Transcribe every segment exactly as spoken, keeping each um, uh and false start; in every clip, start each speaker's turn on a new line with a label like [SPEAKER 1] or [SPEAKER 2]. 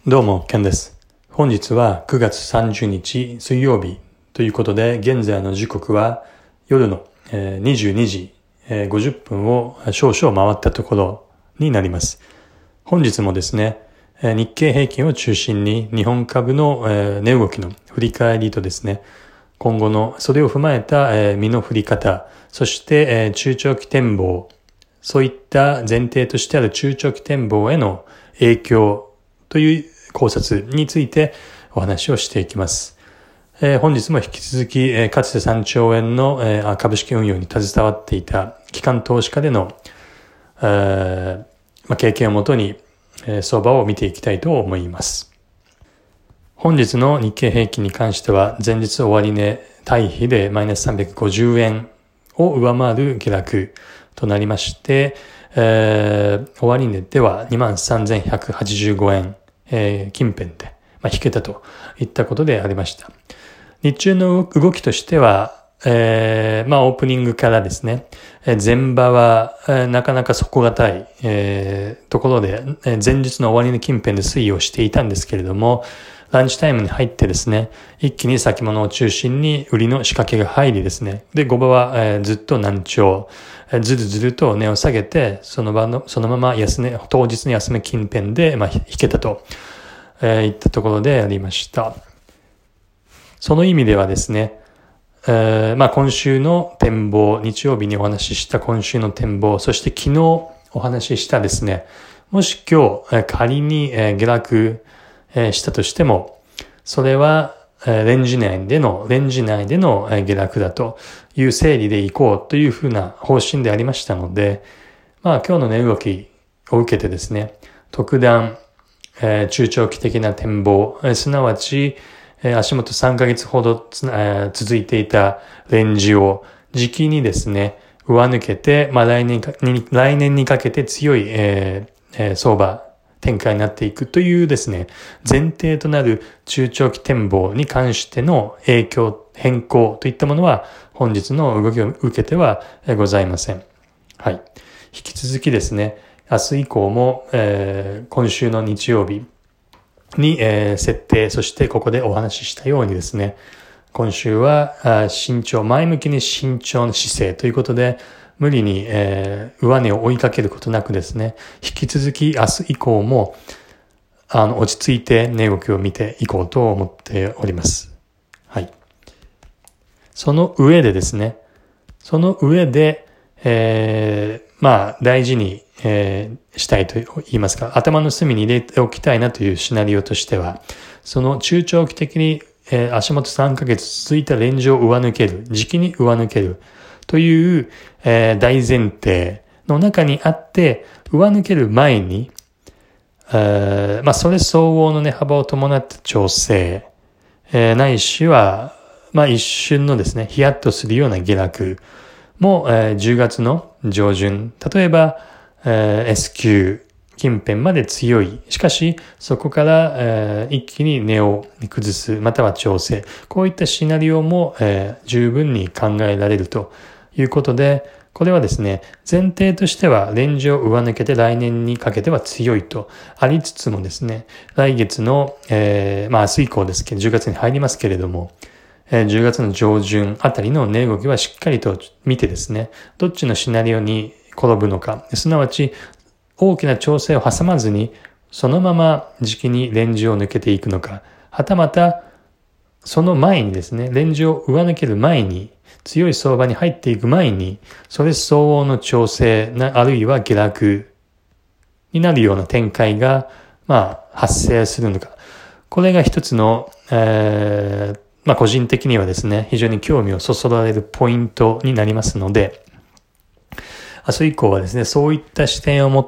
[SPEAKER 1] どうも、ケンです。本日はくがつさんじゅうにち水曜日ということで、現在の時刻は夜のにじゅうにじごじゅっぷんを少々回ったところになります。本日もですね、日経平均を中心に日本株の値動きの振り返りとですね、今後のそれを踏まえた身の振り方、そして中長期展望、そういった前提としてある中長期展望への影響という考察についてお話をしていきます。えー、本日も引き続き、えー、かつてさんちょうえんの、えー、株式運用に携わっていた機関投資家での、えーまあ、経験をもとに、えー、相場を見ていきたいと思います。本日の日経平均に関しては前日終値対比でマイナスさんびゃくごじゅうえんを上回る下落となりまして、えー、終値では にまんさんぜんひゃくはちじゅうごえんえー、近辺で、まあ、引けたといったことでありました。日中の動きとしては、えー、まあオープニングからですね、えー、前場は、えー、なかなか底堅い、えー、ところで、えー、前日の終値近辺で推移をしていたんですけれども、ランチタイムに入ってですね、一気に先物を中心に売りの仕掛けが入りですね、で、後場は、えー、ずっと軟調、えー、ずるずると値を下げて、その場の、そのまま安値、当日の安値近辺で、まあ、引けたと、えー、いったところでありました。その意味ではですね、えー、まあ今週の展望、日曜日にお話しした今週の展望、そして昨日お話ししたですね、もし今日、えー、仮に、えー、下落、えー、したとしても、それは、えー、レンジ内での、レンジ内での、えー、下落だという整理でいこうというふうな方針でありましたので、まあ今日の値動きを受けてですね、特段、えー、中長期的な展望、えー、すなわち、えー、足元さんかげつほどつ、えー、続いていたレンジを時期にですね、上抜けて、まあ来年に、来年にかけて強い、えーえー、相場、展開になっていくというですね、前提となる中長期展望に関しての影響、変更といったものは本日の動きを受けてはございません。はい。引き続きですね、明日以降も、えー、今週の日曜日に、えー、設定、そしてここでお話ししたようにですね、今週は慎重、前向きに慎重な姿勢ということで、無理に、えー、上値を追いかけることなくですね、引き続き明日以降も、あの、落ち着いて値動きを見ていこうと思っております。はい。その上でですね、その上で、えー、まあ、大事に、えー、したいと言いますか、頭の隅に入れておきたいなというシナリオとしては、その中長期的に、えー、足元さんかげつ続いたレンジを上抜ける、時期に上抜ける、という、えー、大前提の中にあって、上抜ける前に、えー、まあ、それ相応の値幅を伴った調整、えー、ないしは、まあ、一瞬のですね、ヒヤッとするような下落も、えー、じゅうがつの上旬、例えば、えー、S q 近辺まで強い。しかし、そこから、えー、一気に値を崩す、または調整。こういったシナリオも、えー、十分に考えられるということで、これはですね、前提としてはレンジを上抜けて来年にかけては強いとありつつもですね、来月の、えー、まあ明日以降ですけど、じゅうがつに入りますけれども、えー、じゅうがつの上旬あたりの値動きはしっかりと見てですね、どっちのシナリオに転ぶのか、すなわち大きな調整を挟まずに、そのまま時期にレンジを抜けていくのか、はたまたその前にですね、レンジを上抜ける前に、強い相場に入っていく前に、それ相応の調整、あるいは下落になるような展開が、まあ、発生するのか。これが一つの、えー、まあ個人的にはですね、非常に興味をそそられるポイントになりますので、明日以降はですね、そういった視点を持って、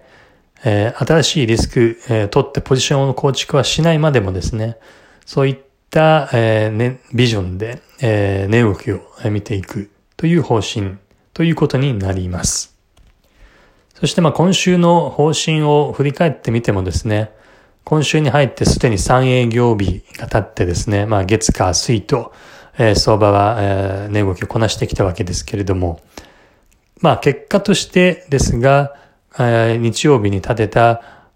[SPEAKER 1] えー、新しいリスク、えー、取ってポジションの構築はしないまでもですね、そういった、えーね、ビジョンで、えー、値動きを見ていくという方針ということになります。そしてまあ今週の方針を振り返ってみてもですね、今週に入ってすでにさん営業日が経ってですね、まあ月火水と、えー、相場は、えー、値動きをこなしてきたわけですけれども、まあ結果としてですが、えー、日曜日に立てた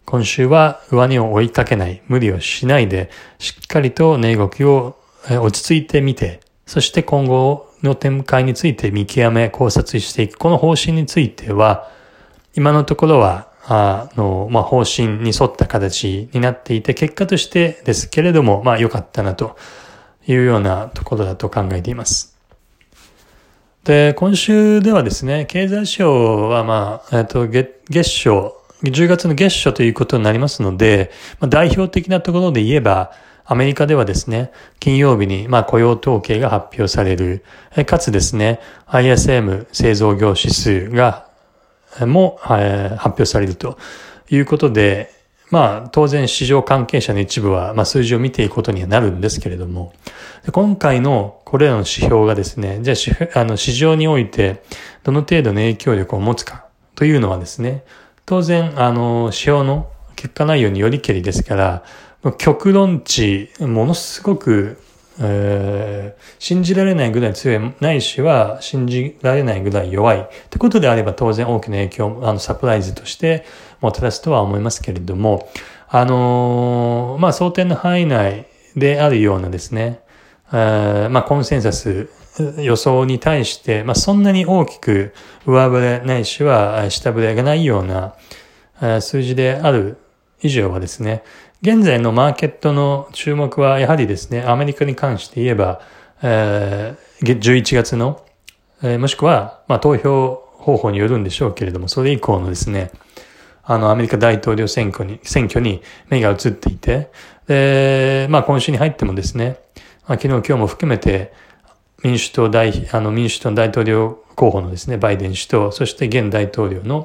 [SPEAKER 1] 今週は上値を追いかけない、無理をしないで、しっかりと値動きを落ち着いてみて、そして今後の展開について見極め、考察していく。この方針については、今のところは、あの、まあ、方針に沿った形になっていて、結果としてですけれども、まあ、良かったなというようなところだと考えています。で、今週ではですね、経済指標は、まあ、えっと、月、月初、じゅうがつの月初ということになりますので、まあ、代表的なところで言えば、アメリカではですね、金曜日にまあ雇用統計が発表される、かつですね、アイエスエム 製造業指数がも発表されるということで、まあ当然市場関係者の一部はまあ数字を見ていくことにはなるんですけれども、今回のこれらの指標がですね、じゃあ、あの市場においてどの程度の影響力を持つかというのはですね、当然あの指標の結果内容によりけりですから、極論値、ものすごく、えー、信じられないぐらい強い、ないしは信じられないぐらい弱い。ってことであれば当然大きな影響、あの、サプライズとしてもたらすとは思いますけれども、あのー、まあ、想定の範囲内であるようなですね、えー、まあ、コンセンサス、予想に対して、まあ、そんなに大きく上振れないしは下振れがないような、えー、数字である以上はですね、現在のマーケットの注目はやはりですね、アメリカに関して言えば、えー、じゅういちがつの、えー、もしくは、まあ、投票方法によるんでしょうけれども、それ以降のですね、あの、アメリカ大統領選挙に、選挙に目が移っていて、で、まあ、今週に入ってもですね、まあ、昨日今日も含めて、民主党大、あの、民主党の大統領候補のですね、バイデン氏と、そして現大統領の、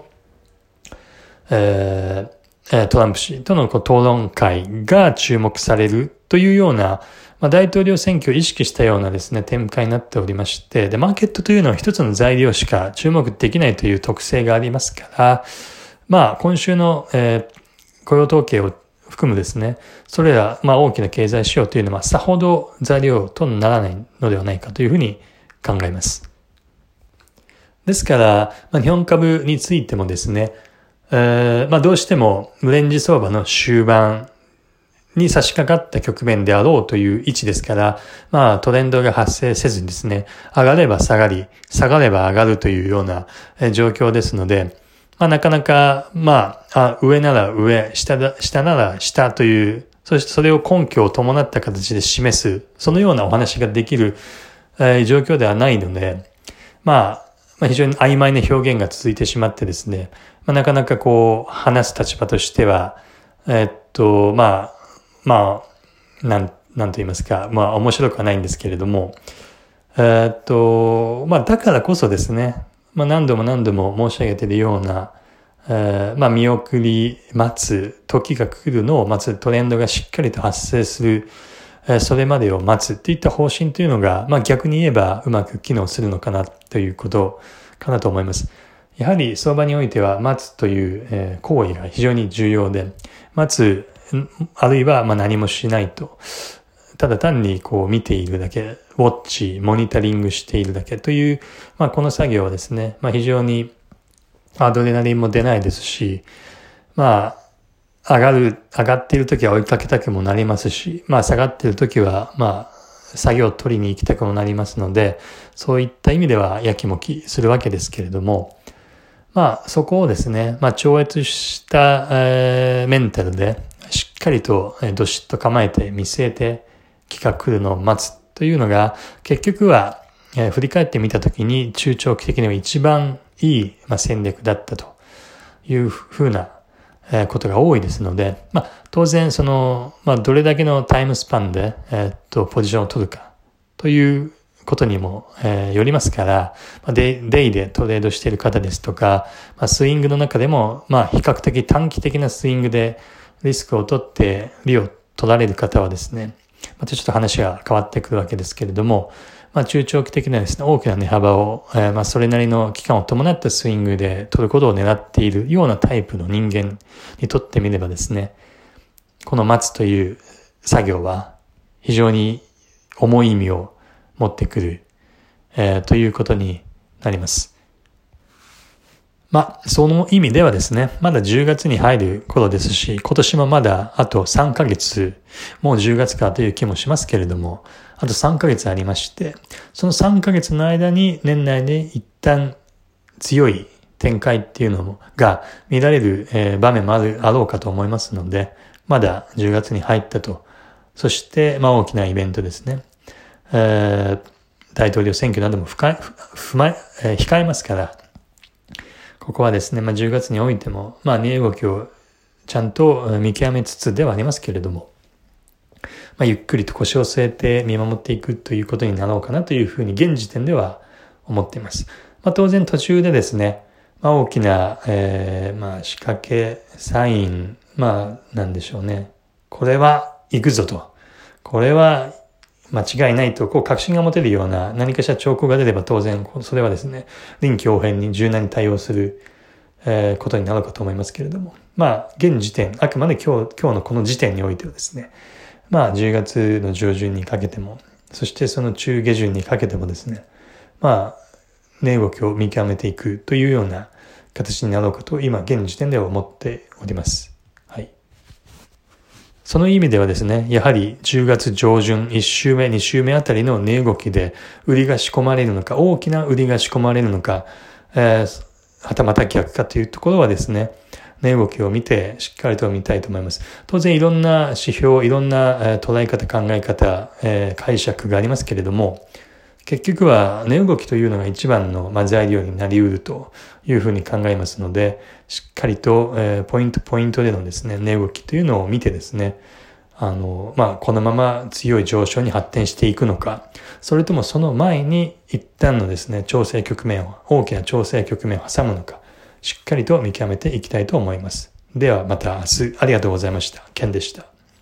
[SPEAKER 1] えートランプ氏との討論会が注目されるというような、まあ、大統領選挙を意識したようなですね、展開になっておりまして、で、マーケットというのは一つの材料しか注目できないという特性がありますから、まあ、今週の、えー、雇用統計を含むですね、それら、まあ、大きな経済指標というのはさほど材料とならないのではないかというふうに考えます。ですから、まあ、日本株についてもですね、えー、まあどうしてもレンジ相場の終盤に差し掛かった局面であろうという位置ですから、まあトレンドが発生せずにですね、上がれば下がり、下がれば上がるというような状況ですので、まあなかなか、まあ、あ上なら上、下だ、下なら下という、そしてそれを根拠を伴った形で示す、そのようなお話ができる、えー、状況ではないので、まあ、まあ、非常に曖昧な表現が続いてしまってですね、まあ、なかなかこう、話す立場としては、えー、っと、まあ、まあ、なん、なんと言いますか、まあ面白くはないんですけれども、えー、っと、まあだからこそですね、まあ何度も何度も申し上げているような、えー、まあ見送り待つ、時が来るのを待つ、トレンドがしっかりと発生する、それまでを待つっていった方針というのが、まあ逆に言えばうまく機能するのかなということかなと思います。やはり相場においては待つという行為が非常に重要で、待つ、あるいはまあ何もしないと、ただ単にこう見ているだけ、ウォッチ、モニタリングしているだけという、まあこの作業はですね、まあ非常にアドレナリンも出ないですし、まあ上がる、上がっているときは追いかけたくもなりますし、まあ下がっているときはまあ作業を取りに行きたくもなりますので、そういった意味ではやきもきするわけですけれども、まあそこをですね、まあ超越した、えー、メンタルでしっかりとどしっと構えて見据えて気が来るのを待つというのが結局は、えー、振り返ってみたときに中長期的には一番いい、まあ、戦略だったというふうなことが多いですので、まあ当然その、まあどれだけのタイムスパンで、えー、っとポジションを取るかということにも、えー、よりますから、まあ、デイ、デイでトレードしている方ですとか、まあ、スイングの中でも、まあ比較的短期的なスイングでリスクを取って利を取られる方はですね、またちょっと話が変わってくるわけですけれども、まあ中長期的なですね、大きな値幅を、えー、まあそれなりの期間を伴ったスイングで取ることを狙っているようなタイプの人間にとってみればですね、この待つという作業は非常に重い意味を持ってくる、えー、ということになります。 まあ、その意味ではですね、まだじゅうがつに入る頃ですし、今年もまだあとさんかげつ、もうじゅうがつかという気もしますけれども、あとさんかげつありまして、そのさんかげつの間に年内で一旦強い展開っていうのが見られる、えー、場面もある、あろうかと思いますので、まだじゅうがつに入ったと。そして、まあ大きなイベントですね。えー、大統領選挙なども深い、ふま、えー、控えますから、ここはですね、まあじゅうがつにおいても、まあ値動きをちゃんと見極めつつではありますけれども、まあゆっくりと腰を据えて見守っていくということになろうかなというふうに現時点では思っています。まあ当然途中でですね、まあ大きな、えー、まあ仕掛け、サイン、まあなんでしょうね。これは行くぞと。これは間違いないと、こう確信が持てるような何かしら兆候が出れば当然、それはですね、臨機応変に柔軟に対応する、えー、ことになるかと思いますけれども。まあ現時点、あくまで今日、今日のこの時点においてはですね、まあじゅうがつの上旬にかけても、そしてその中下旬にかけてもですね、まあ値動きを見極めていくというような形になろうかと今現時点では思っております。はい。その意味ではですね、やはりじゅうがつ上旬いち週目、に週目あたりの値動きで売りが仕込まれるのか、大きな売りが仕込まれるのか、えー、はたまた逆かというところはですね、値動きを見てしっかりと見たいと思います。当然いろんな指標、いろんな、えー、捉え方、考え方、えー、解釈がありますけれども、結局は値動きというのが一番の、まあ、材料になり得るというふうに考えますので、しっかりと、えー、ポイントポイントでのですね、値動きというのを見てですね、あの、まあ、このまま強い上昇に発展していくのか、それともその前に一旦のですね、調整局面を、大きな調整局面を挟むのか、しっかりと見極めていきたいと思います。ではまた明日ありがとうございました。ケンでした。